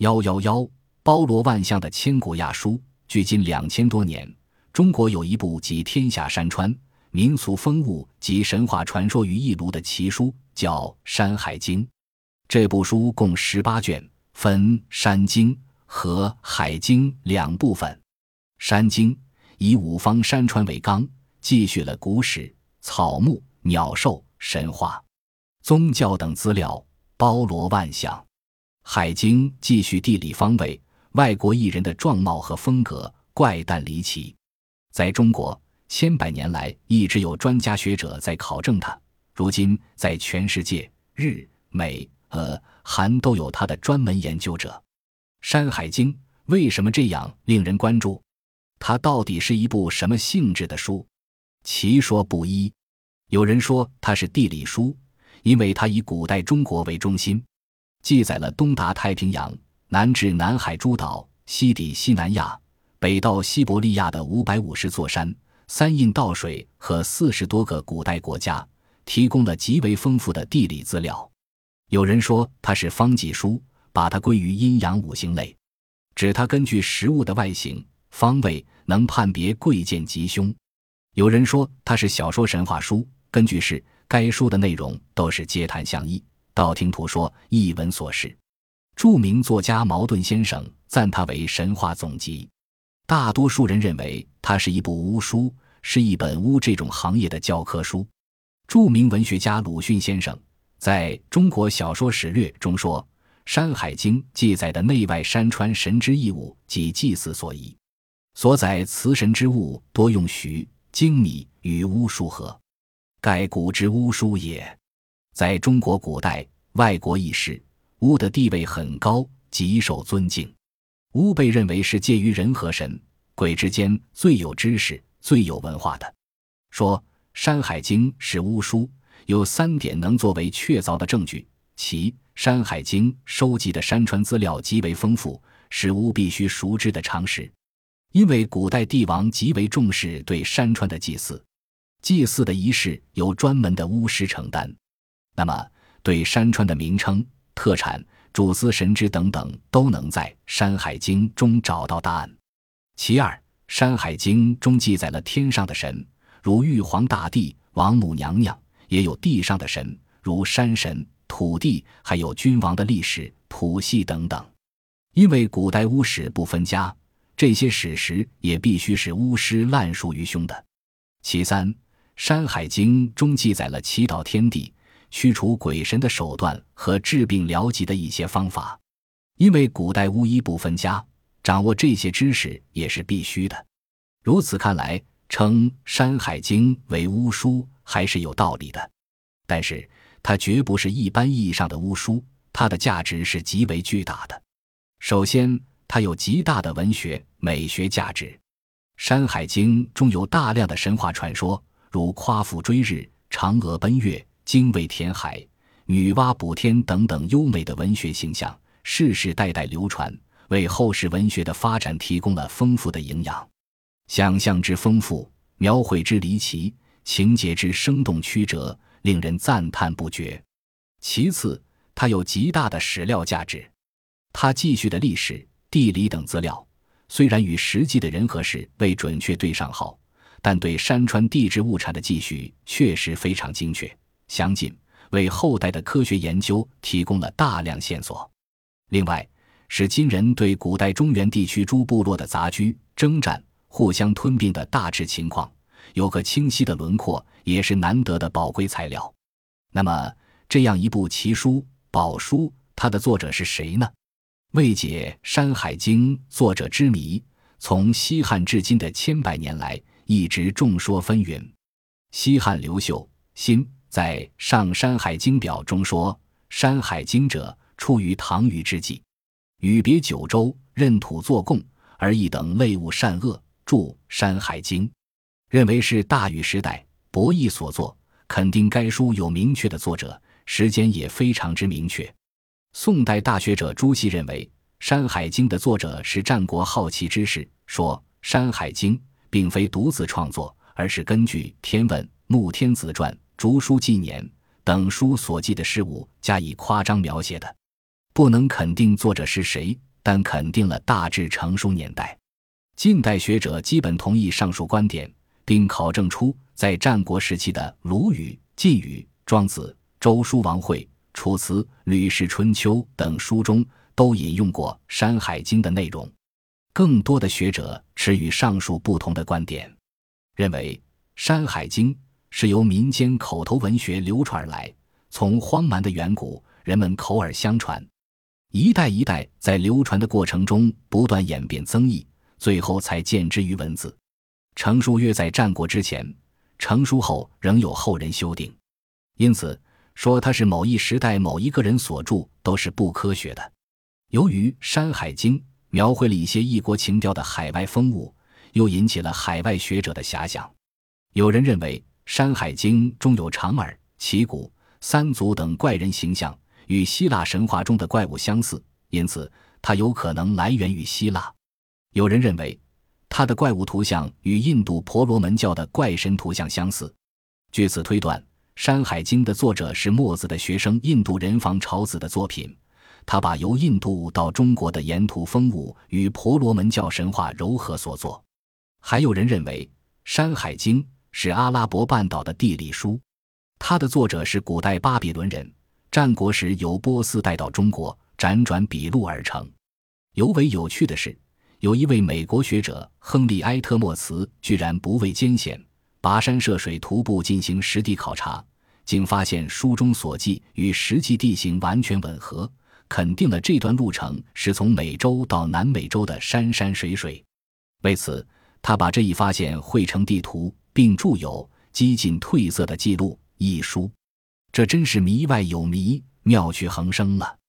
111包罗万象的千古亚书，距今2000多年，中国有一部集天下山川、民俗风物及神话传说于一炉的奇书，叫《山海经》。这部书共18卷，分《山经》和《海经》两部分。《山经》以5方山川为纲，记叙了古史、草木、鸟兽、神话、宗教等资料，包罗万象。《海经》记叙地理方位、外国艺人的状貌和风格，怪诞离奇。在中国千百年来一直有专家学者在考证它，如今在全世界日、美、韩都有它的专门研究者。《山海经》为什么这样令人关注？它到底是一部什么性质的书？其说不一。有人说它是地理书，因为它以古代中国为中心，记载了东达太平洋、南至南海诸岛、西抵西南亚、北到西伯利亚的550座山、3印道水和40多个古代国家，提供了极为丰富的地理资料。有人说它是方剂书，把它归于阴阳五行类，指它根据食物的外形、方位能判别贵贱吉凶。有人说它是小说神话书，根据是该书的内容都是街谈巷议、道听途说、一闻所识。著名作家茅盾先生赞它为神话总集。大多数人认为它是一部巫书，是一本巫这种行业的教科书。著名文学家鲁迅先生在《中国小说史略》中说，《山海经》记载的内外山川神之异物及祭祀所宜，所载祠神之物多用徐、精米与巫书合，盖古之巫书也。在中国古代，外国异士，巫的地位很高，极受尊敬。巫被认为是介于人和神、鬼之间最有知识、最有文化的。说《山海经》是巫书，有3点能作为确凿的证据。其《山海经》收集的山川资料极为丰富，是巫必须熟知的常识。因为古代帝王极为重视对山川的祭祀，祭祀的仪式由专门的巫师承担，那么对山川的名称、特产、主司神之等等都能在《山海经》中找到答案。其二，《山海经》中记载了天上的神，如玉皇大帝、王母娘娘，也有地上的神，如山神、土地，还有君王的历史、谱系等等。因为古代巫史不分家，这些史实也必须是巫师烂熟于胸的。其三，《山海经》中记载了祈祷天地、驱除鬼神的手段和治病疗疾的一些方法。因为古代巫医不分家，掌握这些知识也是必须的。如此看来，称《山海经》为巫书还是有道理的。但是它绝不是一般意义上的巫书，它的价值是极为巨大的。首先，它有极大的文学、美学价值。《山海经》中有大量的神话传说，如夸父追日、嫦娥奔月、精卫填海、女娲补天等等优美的文学形象，世世代代流传，为后世文学的发展提供了丰富的营养。想象之丰富，描绘之离奇，情节之生动曲折，令人赞叹不绝。其次，它有极大的史料价值。它记叙的历史、地理等资料，虽然与实际的人和事未准确对上号，但对山川地质物产的记叙确实非常精确、详尽，为后代的科学研究提供了大量线索。另外，使今人对古代中原地区诸部落的杂居、征战、互相吞并的大致情况有个清晰的轮廓，也是难得的宝贵材料。那么，这样一部奇书、宝书，它的作者是谁呢？为解《山海经》作者之谜，从西汉至今的千百年来，一直众说纷纭。西汉刘秀辛在《上山海经表》中说，《山海经》者，出于唐虞之际，与别九州，任土作贡，而一等类物善恶，著《山海经》，认为是大禹时代伯益所作，肯定该书有明确的作者，时间也非常之明确。宋代大学者朱熹认为，《山海经》的作者是战国好奇之士，说《山海经》并非独自创作，而是根据《天问》《穆天子传》《竹书纪年》等书所记的事物加以夸张描写的。不能肯定作者是谁， 但肯定了大致成书年代。近代学者基本同意上述观点，并考证出在战国时期的《鲁语》《晋语》《庄子》《周书王会》《楚辞》《吕氏春秋》等书中都引用过《山海经》的内容。更多的学者持与上述不同的观点，认为《山海经》是由民间口头文学流传而来，从荒蛮的远古，人们口耳相传，一代一代在流传的过程中不断演变增益，最后才见之于文字。成书约在战国之前，成书后仍有后人修订，因此说它是某一时代某一个人所著都是不科学的。由于《山海经》描绘了一些异国情调的海外风物，又引起了海外学者的遐想。有人认为《山海经》中有长耳、旗鼓、三足等怪人形象，与希腊神话中的怪物相似，因此它有可能来源于希腊。有人认为它的怪物图像与印度婆罗门教的怪神图像相似。据此推断，《山海经》的作者是墨子的学生印度人房朝子的作品，他把由印度到中国的沿途风物与婆罗门教神话糅合所作。还有人认为《山海经》是阿拉伯半岛的地理书，它的作者是古代巴比伦人，战国时由波斯带到中国，辗转笔录而成。尤为有趣的是，有一位美国学者亨利·埃特莫茨居然不畏艰险，跋山涉水徒步进行实地考察，竟发现书中所记与实际地形完全吻合，肯定了这段路程是从美洲到南美洲的山山水水。为此，他把这一发现绘成地图，并著有几近褪色的记录一书。这真是谜外有谜，妙趣横生了。